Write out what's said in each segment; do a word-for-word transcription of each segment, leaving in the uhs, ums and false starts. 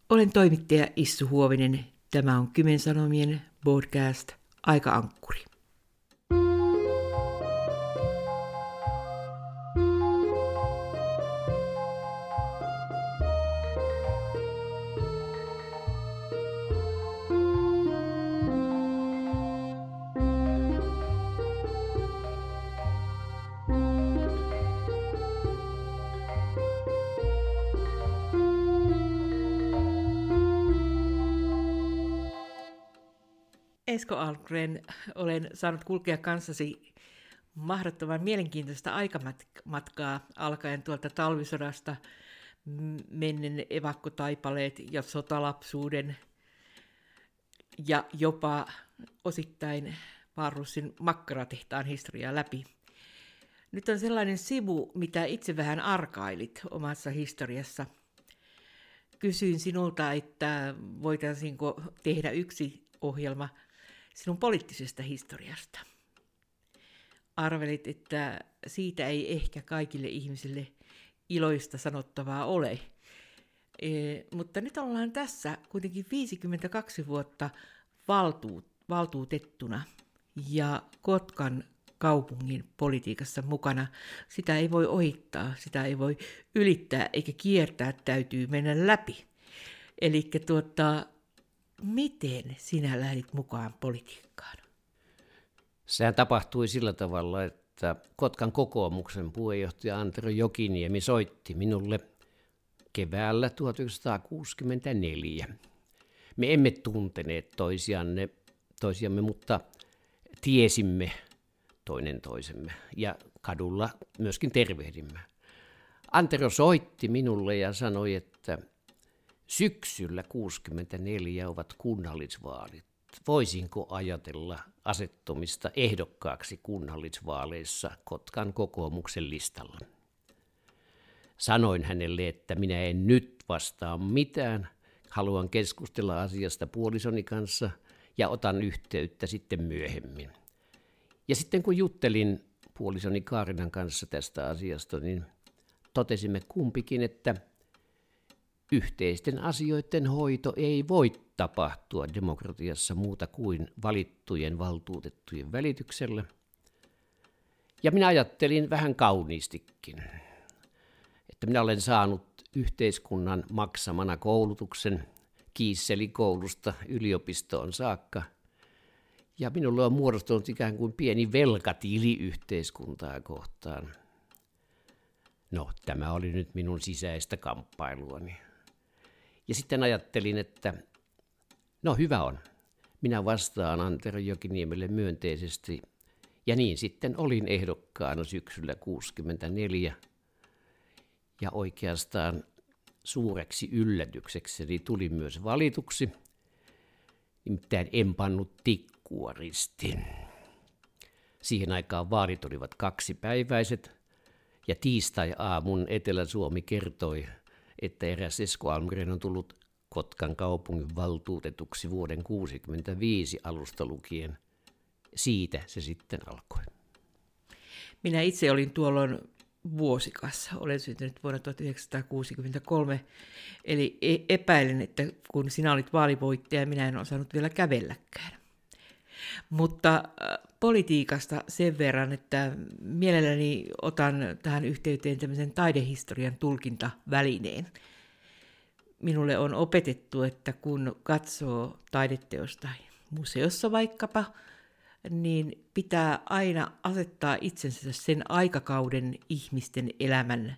Olen toimittaja Issu Huovinen. Tämä on Kymen Sanomien podcast Aika-ankkuri. Esko Almgren, olen saanut kulkea kanssasi mahdottoman mielenkiintoista aikamatkaa alkaen tuolta talvisodasta mennen evakkotaipaleet ja sotalapsuuden ja jopa osittain Wahlroosin makkaratehtaan historiaa läpi. Nyt on sellainen sivu, mitä itse vähän arkailit omassa historiassa. Kysyin sinulta, että voitaisiinko tehdä yksi ohjelma sinun poliittisesta historiasta. Arvelit, että siitä ei ehkä kaikille ihmisille iloista sanottavaa ole. E, mutta nyt ollaan tässä kuitenkin viisikymmentäkaksi vuotta valtuut, valtuutettuna ja Kotkan kaupungin politiikassa mukana. Sitä ei voi ohittaa, sitä ei voi ylittää eikä kiertää, täytyy mennä läpi. Eli tuota... Miten sinä lähdit mukaan politiikkaan? Sehän tapahtui sillä tavalla, että Kotkan kokoomuksen puheenjohtaja Antero Jokiniemi soitti minulle keväällä tuhatyhdeksänsataakuusikymmentäneljä. Me emme tunteneet toisiamme, toisiamme, mutta tiesimme toinen toisemme ja kadulla myöskin tervehdimme. Antero soitti minulle ja sanoi, että syksyllä kuusikymmentäneljä ovat kunnallisvaalit. Voisinko ajatella asettumista ehdokkaaksi kunnallisvaaleissa Kotkan kokoomuksen listalla? Sanoin hänelle, että minä en nyt vastaa mitään. Haluan keskustella asiasta puolisoni kanssa ja otan yhteyttä sitten myöhemmin. Ja sitten kun juttelin puolisoni Kaarinan kanssa tästä asiasta, niin totesimme kumpikin, että yhteisten asioiden hoito ei voi tapahtua demokratiassa muuta kuin valittujen valtuutettujen välityksellä. Ja minä ajattelin vähän kauniistikin, että minä olen saanut yhteiskunnan maksamana koulutuksen Kiisselikoulusta yliopistoon saakka. Ja minulle on muodostunut ikään kuin pieni velkatili yhteiskuntaa kohtaan. No, tämä oli nyt minun sisäistä kamppailuani. Ja sitten ajattelin, että no hyvä on, minä vastaan Antero Jokiniemelle myönteisesti. Ja niin sitten olin ehdokkaana syksyllä kuusikymmentäneljä. Ja oikeastaan suureksi yllätyksekseni tuli myös valituksi. Nimittäin en pannut tikkua ristiin. Siihen aikaan vaalit olivat kaksipäiväiset. Ja tiistai-aamun Etelä-Suomi kertoi, että eräs Esko Almgren on tullut Kotkan kaupungin valtuutetuksi vuoden kuusikymmentäviisi alusta lukien. Siitä se sitten alkoi. Minä itse olin tuolloin vuosikas. Olen syntynyt vuonna tuhatyhdeksänsataakuusikymmentäkolme, eli epäilen, että kun sinä olit vaalivoittaja, minä en osannut vielä kävelläkään. Mutta politiikasta sen verran, että mielelläni otan tähän yhteyteen tämmöisen taidehistorian tulkintavälineen. Minulle on opetettu, että kun katsoo taideteosta museossa vaikkapa, niin pitää aina asettaa itsensä sen aikakauden ihmisten elämän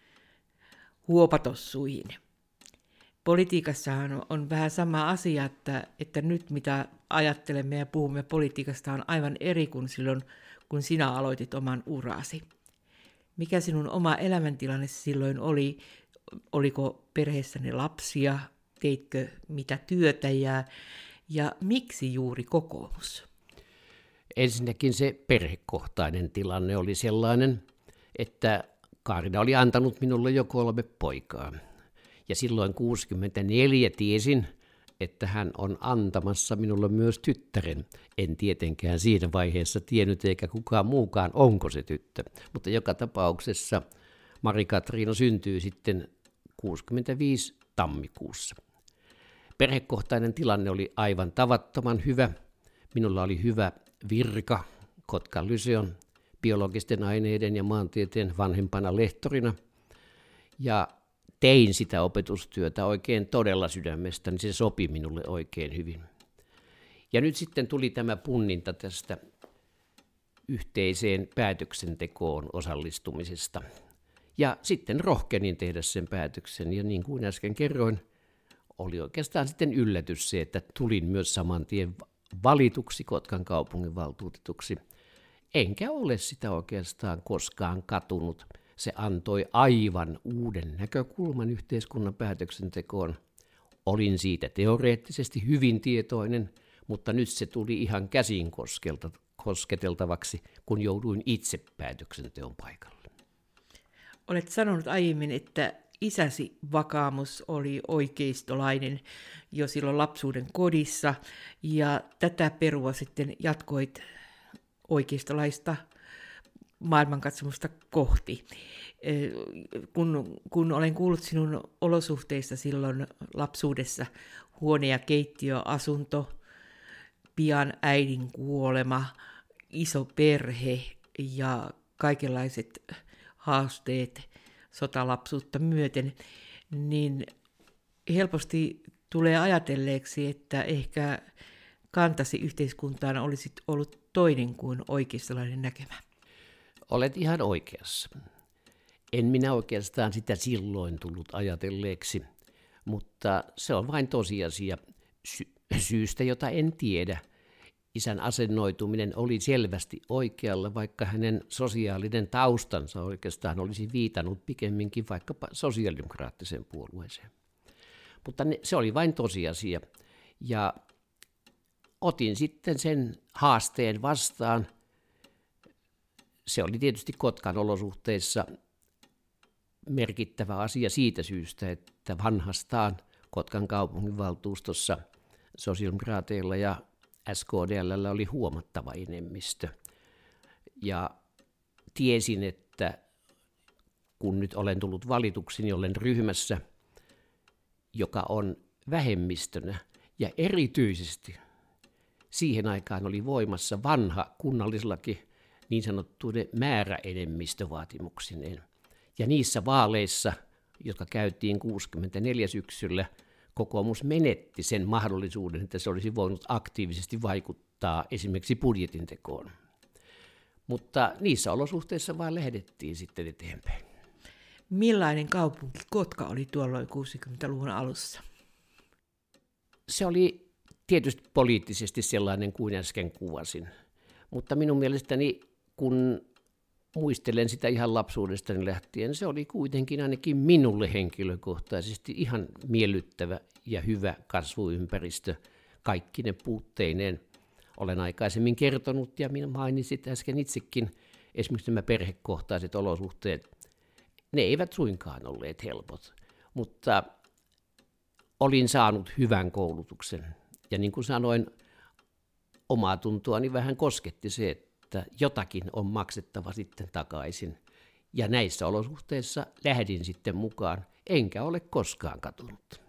huopatossuihin. Politiikassahan on vähän sama asia, että, että nyt mitä ajattelemme ja puhumme politiikasta on aivan eri kuin silloin, kun sinä aloitit oman urasi. Mikä sinun oma elämäntilanne silloin oli? Oliko perheessäni lapsia? Teitkö mitä työtä ja, ja miksi juuri kokoomus? Ensinnäkin se perhekohtainen tilanne oli sellainen, että Kaarina oli antanut minulle jo kolme poikaa. Ja silloin kuusikymmentäneljä tiesin, että hän on antamassa minulle myös tyttären. En tietenkään siinä vaiheessa tiennyt eikä kukaan muukaan, onko se tyttö. Mutta joka tapauksessa Mari-Katriina syntyi sitten kuusikymmentäviisi tammikuussa. Perhekohtainen tilanne oli aivan tavattoman hyvä. Minulla oli hyvä virka Kotkan Lyseon biologisten aineiden ja maantieteen vanhempana lehtorina. Ja tein sitä opetustyötä oikein todella sydämestä, niin se sopi minulle oikein hyvin. Ja nyt sitten tuli tämä punninta tästä yhteiseen päätöksentekoon osallistumisesta. Ja sitten rohkenin tehdä sen päätöksen, ja niin kuin äsken kerroin, oli oikeastaan sitten yllätys se, että tulin myös saman tien valituksi Kotkan kaupunginvaltuutetuksi. Enkä ole sitä oikeastaan koskaan katunut. Se antoi aivan uuden näkökulman yhteiskunnan päätöksentekoon. Olin siitä teoreettisesti hyvin tietoinen, mutta nyt se tuli ihan käsin kosketeltavaksi, kun jouduin itse päätöksenteon paikalle. Olet sanonut aiemmin, että isäsi vakaumus oli oikeistolainen jo silloin lapsuuden kodissa, ja tätä perua sitten jatkoit oikeistolaista maailmankatsomusta kohti. Kun, kun olen kuullut sinun olosuhteista silloin lapsuudessa, huone ja keittiö, asunto, pian äidin kuolema, iso perhe ja kaikenlaiset haasteet sotalapsuutta myöten, niin helposti tulee ajatelleeksi, että ehkä kantasi yhteiskuntaan olisi ollut toinen kuin oikeistolainen näkemä. Olet ihan oikeassa. En minä oikeastaan sitä silloin tullut ajatelleeksi, mutta se on vain tosiasia sy- syystä, jota en tiedä. Isän asennoituminen oli selvästi oikealla, vaikka hänen sosiaalinen taustansa oikeastaan olisi viitannut pikemminkin vaikkapa sosiaalidemokraattiseen puolueeseen. Mutta ne, se oli vain tosiasia, ja otin sitten sen haasteen vastaan. Se oli tietysti Kotkan olosuhteissa merkittävä asia siitä syystä, että vanhastaan Kotkan kaupunginvaltuustossa sosiaalidemokraateilla ja S K D L:llä oli huomattava enemmistö. Ja tiesin, että kun nyt olen tullut valituksi, niin olen ryhmässä, joka on vähemmistönä, ja erityisesti siihen aikaan oli voimassa vanha kunnallislaki niin sanottuinen määräenemmistövaatimuksineen. Ja niissä vaaleissa, jotka käytiin kuusikymmentäneljä syksyllä, kokoomus menetti sen mahdollisuuden, että se olisi voinut aktiivisesti vaikuttaa esimerkiksi budjetin tekoon. Mutta niissä olosuhteissa vaan lähdettiin sitten eteenpäin. Millainen kaupunki Kotka oli tuolloin kuusikymmentäluvun alussa? Se oli tietysti poliittisesti sellainen kuin äsken kuvasin, mutta minun mielestäni, kun muistelen sitä ihan lapsuudestani lähtien, se oli kuitenkin ainakin minulle henkilökohtaisesti ihan miellyttävä ja hyvä kasvuympäristö, kaikki ne puutteineen. Olen aikaisemmin kertonut ja minä mainitsin äsken itsekin esimerkiksi nämä perhekohtaiset olosuhteet. Ne eivät suinkaan olleet helpot, mutta olin saanut hyvän koulutuksen. Ja niin kuin sanoin, omaa tuntoani vähän kosketti se, että jotakin on maksettava sitten takaisin. Ja näissä olosuhteissa lähdin sitten mukaan, enkä ole koskaan katunut.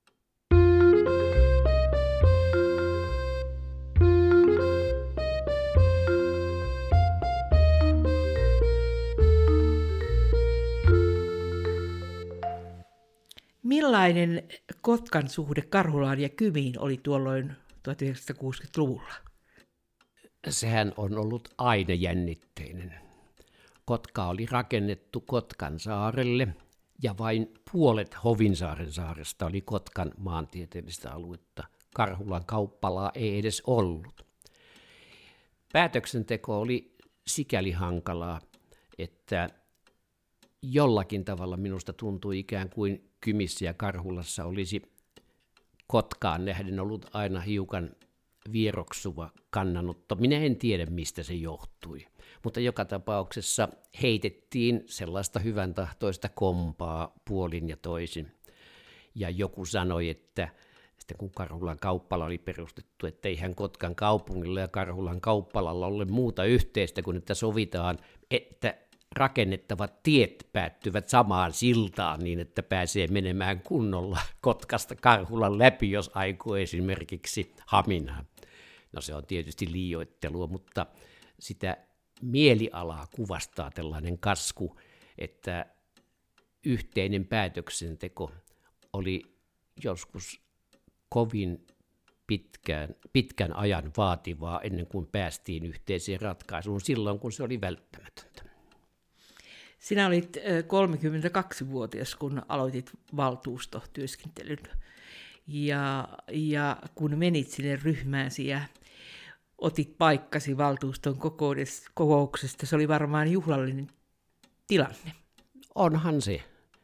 Millainen Kotkan suhde Karhulaan ja Kymiin oli tuolloin tuhatyhdeksänsataakuusikymmentäluvulla? Sehän on ollut aina jännitteinen. Kotka oli rakennettu Kotkan saarelle ja vain puolet Hovinsaaren saaresta oli Kotkan maantieteellistä aluetta. Karhulan kauppalaa ei edes ollut. Päätöksenteko oli sikäli hankalaa, että jollakin tavalla minusta tuntui ikään kuin Kymissä ja Karhulassa olisi Kotkaan nähden ollut aina hiukan vieroksuva kannanotto. Minä en tiedä, mistä se johtui, mutta joka tapauksessa heitettiin sellaista hyvän tahtoista kompaa puolin ja toisin. Ja joku sanoi, että sitten kun Karhulan kauppala oli perustettu, että eihän Kotkan kaupungilla ja Karhulan kauppalalla ole muuta yhteistä kuin että sovitaan, että rakennettavat tiet päättyvät samaan siltaan niin, että pääsee menemään kunnolla Kotkasta Karhulan läpi, jos aikoo esimerkiksi Haminaan. No se on tietysti liioittelua, mutta sitä mielialaa kuvastaa tällainen kasku, että yhteinen päätöksenteko oli joskus kovin pitkään, pitkän ajan vaativaa ennen kuin päästiin yhteiseen ratkaisuun silloin, kun se oli välttämätöntä. Sinä olit kolmekymmentäkaksivuotias, kun aloitit valtuustotyöskentelyn. Ja, ja kun menit sinne ryhmääsi ja otit paikkasi valtuuston kokouksesta, se oli varmaan juhlallinen tilanne. Onhan se.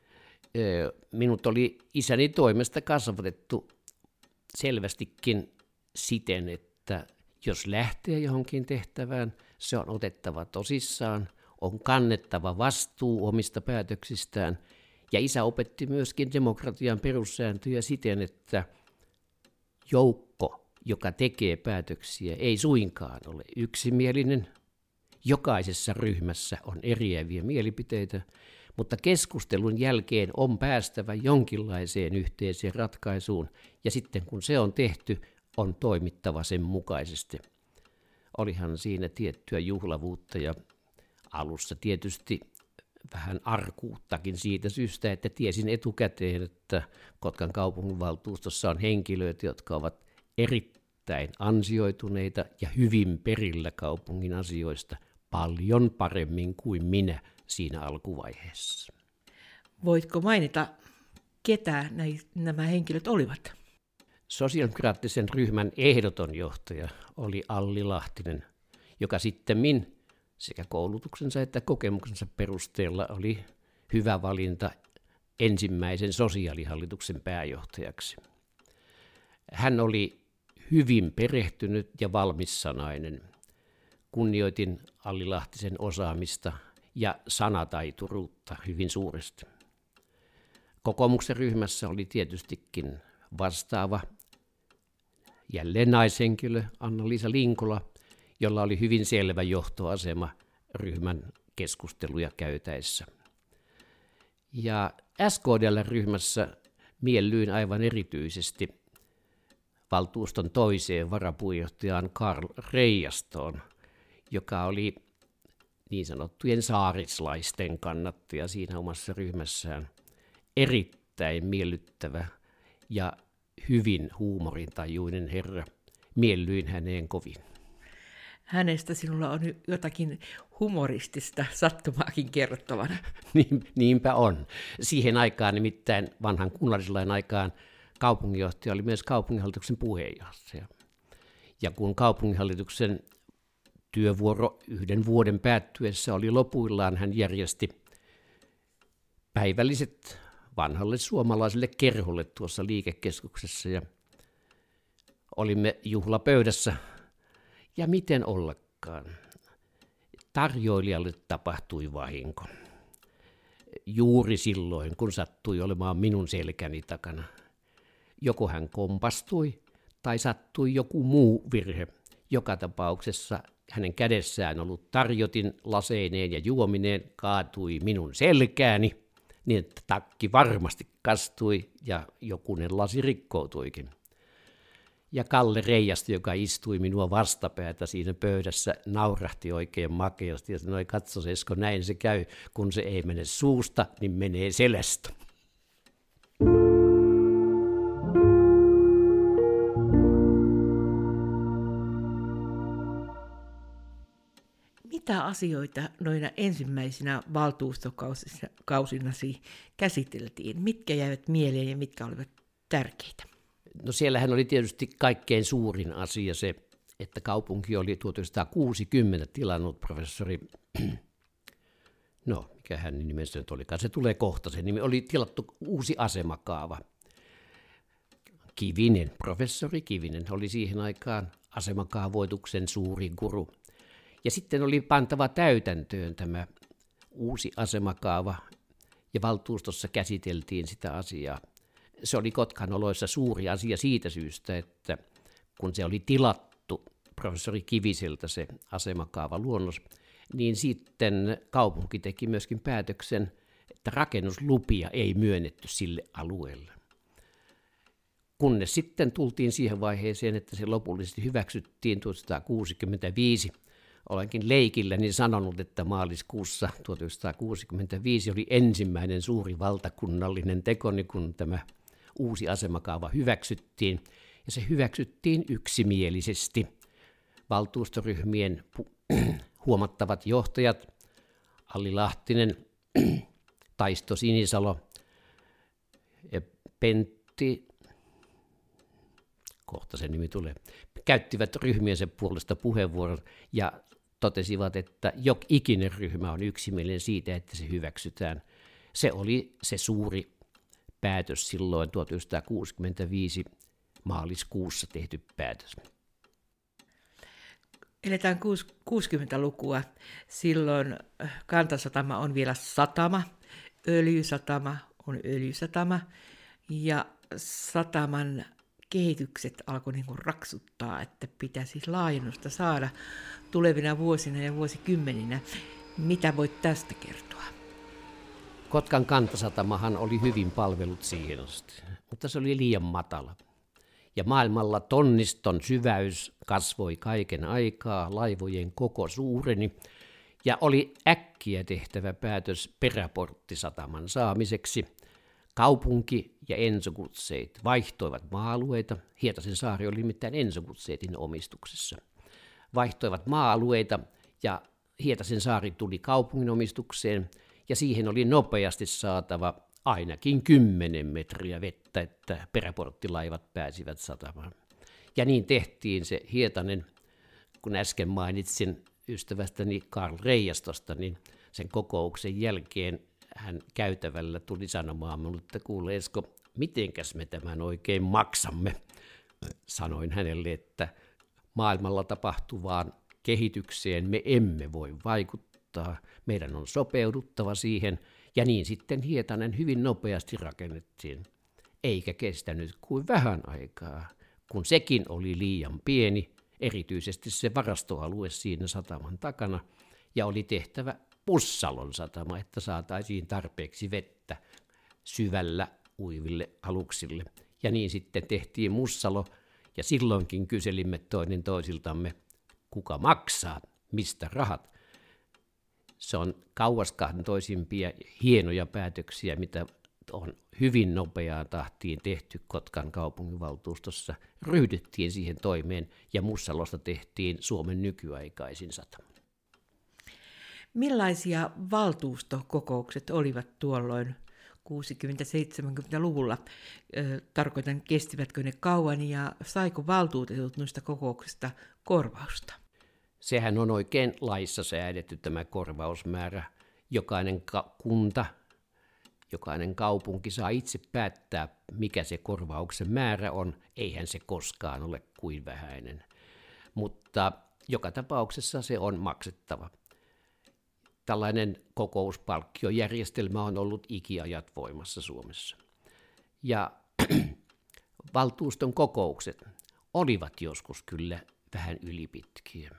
Minut oli isäni toimesta kasvatettu selvästikin siten, että jos lähtee johonkin tehtävään, se on otettava tosissaan, on kannettava vastuu omista päätöksistään. Ja isä opetti myöskin demokratian perussääntöjä siten, että joukko, joka tekee päätöksiä, ei suinkaan ole yksimielinen. Jokaisessa ryhmässä on eriäviä mielipiteitä, mutta keskustelun jälkeen on päästävä jonkinlaiseen yhteiseen ratkaisuun, ja sitten kun se on tehty, on toimittava sen mukaisesti. Olihan siinä tiettyä juhlavuutta ja alussa tietysti vähän arkuuttakin siitä syystä, että tiesin etukäteen, että Kotkan kaupunginvaltuustossa on henkilöitä, jotka ovat erittäin ansioituneita ja hyvin perillä kaupungin asioista, paljon paremmin kuin minä siinä alkuvaiheessa. Voitko mainita, ketä nämä henkilöt olivat? Sosiaalidemokraattisen ryhmän ehdoton johtaja oli Alli Lahtinen, joka sittemmin sekä koulutuksensa että kokemuksensa perusteella oli hyvä valinta ensimmäisen sosiaalihallituksen pääjohtajaksi. Hän oli hyvin perehtynyt ja valmissanainen. Kunnioitin Alli Lahtisen osaamista ja sanataituruutta hyvin suuresti. Kokoomuksen ryhmässä oli tietystikin vastaava, jälleen naishenkilö Anna-Liisa Linkola, jolla oli hyvin selvä johtoasema ryhmän keskusteluja käytäessä. Ja S K D L-ryhmässä miellyin aivan erityisesti valtuuston toiseen varapuheenjohtajaan Karl Reijastoon, joka oli niin sanottujen saarislaisten kannattaja siinä omassa ryhmässään. Erittäin miellyttävä ja hyvin huumorintajuinen herra. Miellyin häneen kovin. Hänestä sinulla on jotakin humoristista sattumaakin kerrottavana. Niin, niinpä on. Siihen aikaan, nimittäin vanhan kunnallislain aikaan, kaupunginjohtaja oli myös kaupunginhallituksen puheenjohtaja. Ja kun kaupunginhallituksen työvuoro yhden vuoden päättyessä oli lopuillaan, hän järjesti päivälliset vanhalle suomalaiselle kerholle tuossa liikekeskuksessa ja olimme juhlapöydässä. Ja miten ollakaan, tarjoilijalle tapahtui vahinko. Juuri silloin, kun sattui olemaan minun selkäni takana. Joko hän kompastui tai sattui joku muu virhe. Joka tapauksessa hänen kädessään ollut tarjotin laseineen ja juomineen kaatui minun selkääni, niin että takki varmasti kastui ja jokunen lasi rikkoutuikin. Ja Kalle Reijasta, joka istui minua vastapäätä siinä pöydässä, naurahti oikein makeasti ja sanoi, katso Esko, näin se käy, kun se ei mene suusta, niin menee selästä. Mitä asioita noina ensimmäisinä valtuustokausinasi käsiteltiin? Mitkä jäivät mieleen ja mitkä olivat tärkeitä? No siellähän oli tietysti kaikkein suurin asia se, että kaupunki oli tuhatyhdeksänsataakuusikymmentä tilannut professori, no mikä hänen nimensä nyt olikaan, se tulee kohta, se nimi oli tilattu uusi asemakaava. Kivinen, professori Kivinen oli siihen aikaan asemakaavoituksen suuri guru. Ja sitten oli pantava täytäntöön tämä uusi asemakaava ja valtuustossa käsiteltiin sitä asiaa. Se oli Kotkan oloissa suuri asia siitä syystä, että kun se oli tilattu professori Kiviseltä se asemakaava luonnos, niin sitten kaupunki teki myöskin päätöksen, että rakennuslupia ei myönnetty sille alueelle. Kunnes sitten tultiin siihen vaiheeseen, että se lopullisesti hyväksyttiin tuhatyhdeksänsataakuusikymmentäviisi. Olenkin leikilläni sanonut, että maaliskuussa tuhatyhdeksänsataakuusikymmentäviisi oli ensimmäinen suuri valtakunnallinen tekoni, kun tämä uusi asemakaava hyväksyttiin. Ja se hyväksyttiin yksimielisesti. Valtuustoryhmien huomattavat johtajat, Alli Lahtinen, Taisto Sinisalo, Pentti, kohta se nimi tulee, käyttivät ryhmiensä puolesta puheenvuoron ja totesivat, että jok ikinen ryhmä on yksimielinen siitä, että se hyväksytään. Se oli se suuri päätös silloin tuhatyhdeksänsataakuusikymmentäviisi maaliskuussa tehty päätös. Eletään kuusikymmentälukua. Silloin Kantasatama on vielä satama, öljysatama on öljysatama ja sataman kehitykset alkoi niin kuin raksuttaa, että pitäisi laajennusta saada tulevina vuosina ja vuosikymmeninä. Mitä voit tästä kertoa? Kotkan kantasatamahan oli hyvin palvelut siihen asti, mutta se oli liian matala. Ja maailmalla tonniston syväys kasvoi kaiken aikaa, laivojen koko suureni, ja oli äkkiä tehtävä päätös peräporttisataman saamiseksi. Kaupunki ja Enso Gutzeit vaihtoivat maa-alueita, Hietasen saari oli nimittäin Enso Gutzeitin omistuksessa. Vaihtoivat maa-alueita ja Hietasen saari tuli kaupungin omistukseen ja siihen oli nopeasti saatava ainakin kymmenen metriä vettä, että peräporttilaivat pääsivät satamaan. Ja niin tehtiin se Hietanen, kun äsken mainitsin ystävästäni Karl Reijastosta, niin sen kokouksen jälkeen hän käytävällä tuli sanomaan minulle, että kuule Esko, mitenkäs me tämän oikein maksamme? Sanoin hänelle, että maailmalla tapahtuvaan kehitykseen me emme voi vaikuttaa, meidän on sopeuduttava siihen, ja niin sitten Hietanen hyvin nopeasti rakennettiin. Eikä kestänyt kuin vähän aikaa, kun sekin oli liian pieni, erityisesti se varastoalue siinä sataman takana, ja oli tehtävä Pussalon satama, että saataisiin tarpeeksi vettä syvällä uiville aluksille. Ja niin sitten tehtiin Mussalo, ja silloinkin kyselimme toinen toisiltamme, kuka maksaa, mistä rahat. Se on kauaskantoisimpia hienoja päätöksiä, mitä on hyvin nopeaan tahtiin tehty Kotkan kaupunginvaltuustossa. Ryhdyttiin siihen toimeen, ja Mussalosta tehtiin Suomen nykyaikaisin satama. Millaisia valtuustokokoukset olivat tuolloin kuusikymmentä-seitsemänkymmentäluvulla? Tarkoitan, kestivätkö ne kauan ja saiko valtuutetut noista kokouksista korvausta? Sehän on oikein laissa säädetty tämä korvausmäärä. Jokainen ka- kunta, jokainen kaupunki saa itse päättää, mikä se korvauksen määrä on. Eihän se koskaan ole kuin vähäinen, mutta joka tapauksessa se on maksettava. Tällainen kokouspalkkiojärjestelmä on ollut ikiajat voimassa Suomessa. Ja valtuuston kokoukset olivat joskus kyllä vähän ylipitkiä.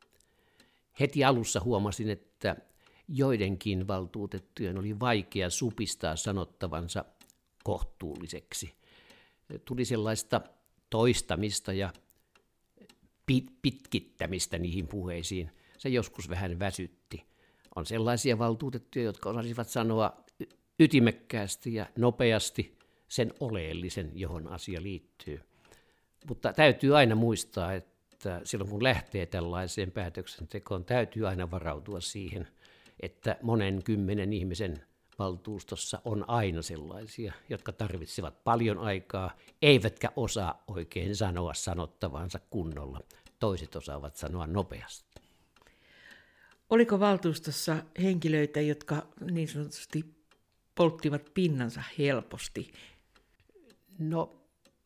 Heti alussa huomasin, että joidenkin valtuutettujen oli vaikea supistaa sanottavansa kohtuulliseksi. Tuli sellaista toistamista ja pitkittämistä niihin puheisiin. Se joskus vähän väsytti. On sellaisia valtuutettuja, jotka osasivat sanoa ytimekkäästi ja nopeasti sen oleellisen, johon asia liittyy. Mutta täytyy aina muistaa, että silloin kun lähtee tällaiseen päätöksentekoon, täytyy aina varautua siihen, että monen kymmenen ihmisen valtuustossa on aina sellaisia, jotka tarvitsevat paljon aikaa, eivätkä osaa oikein sanoa sanottavansa kunnolla. Toiset osaavat sanoa nopeasti. Oliko valtuustossa henkilöitä, jotka niin sanotusti polttivat pinnansa helposti? No,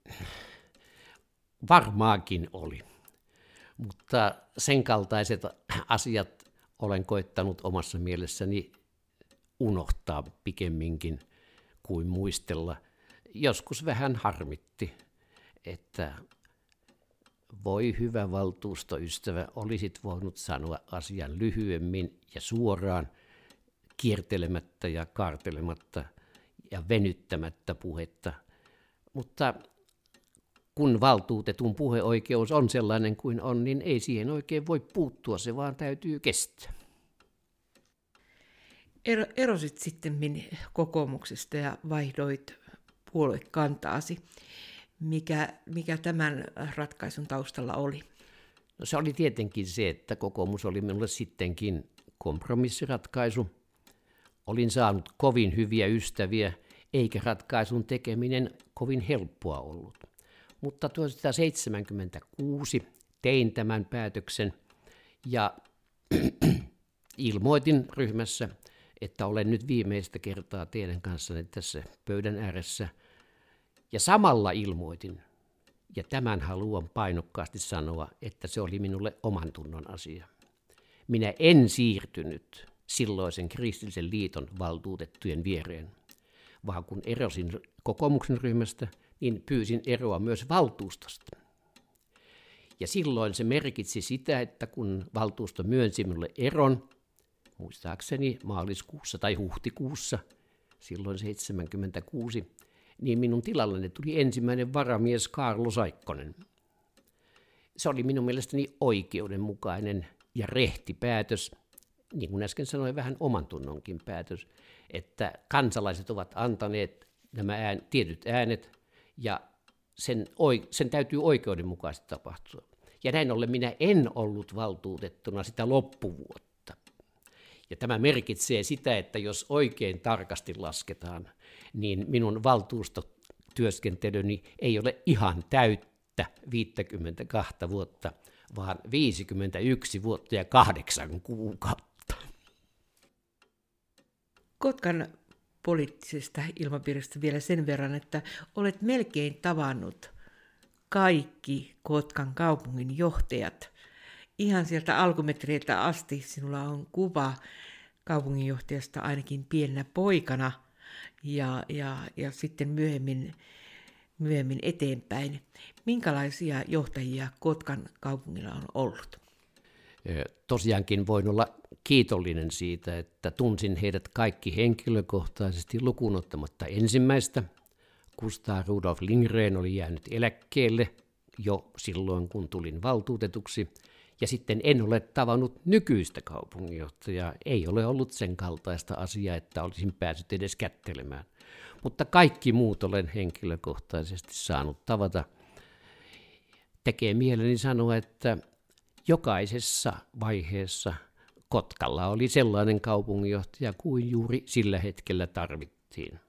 varmaankin oli, mutta sen kaltaiset asiat olen koettanut omassa mielessäni unohtaa pikemminkin kuin muistella. Joskus vähän harmitti, että voi hyvä valtuustoystävä, olisit voinut sanoa asian lyhyemmin ja suoraan, kiertelemättä ja kaartelematta ja venyttämättä puhetta. Mutta kun valtuutetun puheoikeus on sellainen kuin on, niin ei siihen oikein voi puuttua, se vaan täytyy kestää. Ero, erosit sitten kokoomuksesta ja vaihdoit puoluekantaasi. Mikä, mikä tämän ratkaisun taustalla oli? No se oli tietenkin se, että kokoomus oli minulle sittenkin kompromissiratkaisu. Olin saanut kovin hyviä ystäviä, eikä ratkaisun tekeminen kovin helppoa ollut. Mutta tuhatyhdeksänsataaseitsemänkymmentäkuusi tein tämän päätöksen ja ilmoitin ryhmässä, että olen nyt viimeistä kertaa teidän kanssanne tässä pöydän ääressä. Ja samalla ilmoitin, ja tämän haluan painokkaasti sanoa, että se oli minulle oman tunnon asia. Minä en siirtynyt silloisen kristillisen liiton valtuutettujen viereen, vaan kun erosin kokoomuksen ryhmästä, niin pyysin eroa myös valtuustosta. Ja silloin se merkitsi sitä, että kun valtuusto myönsi minulle eron, muistaakseni maaliskuussa tai huhtikuussa, silloin seitsemänkymmentäkuusi, niin minun tilalleni tuli ensimmäinen varamies Kaarlo Saikkonen. Se oli minun mielestäni oikeudenmukainen ja rehti päätös, niin kuin äsken sanoin, vähän oman tunnonkin päätös, että kansalaiset ovat antaneet nämä ään, tietyt äänet, ja sen, sen täytyy oikeudenmukaisesti tapahtua. Ja näin ollen minä en ollut valtuutettuna sitä loppuvuotta. Ja tämä merkitsee sitä, että jos oikein tarkasti lasketaan, niin minun valtuustotyöskentelyni ei ole ihan täyttä viisikymmentäkaksi vuotta, vaan viisikymmentäyksi vuotta ja kahdeksan kuukautta. Kotkan poliittisesta ilmapiiristä vielä sen verran, että olet melkein tavannut kaikki Kotkan kaupungin johtajat. Ihan sieltä alkumetreiltä asti sinulla on kuva kaupunginjohtajasta ainakin pienenä poikana ja, ja, ja sitten myöhemmin, myöhemmin eteenpäin. Minkälaisia johtajia Kotkan kaupungilla on ollut? Tosiaankin voin olla kiitollinen siitä, että tunsin heidät kaikki henkilökohtaisesti lukuun ottamatta ensimmäistä. Kustaa Rudolf Lindgren oli jäänyt eläkkeelle jo silloin, kun tulin valtuutetuksi. Ja sitten en ole tavannut nykyistä kaupunginjohtajaa. Ei ole ollut sen kaltaista asiaa, että olisin päässyt edes kättelemään. Mutta kaikki muut olen henkilökohtaisesti saanut tavata. Tekee mieleni sanoa, että jokaisessa vaiheessa Kotkalla oli sellainen kaupunginjohtaja kuin juuri sillä hetkellä tarvittiin.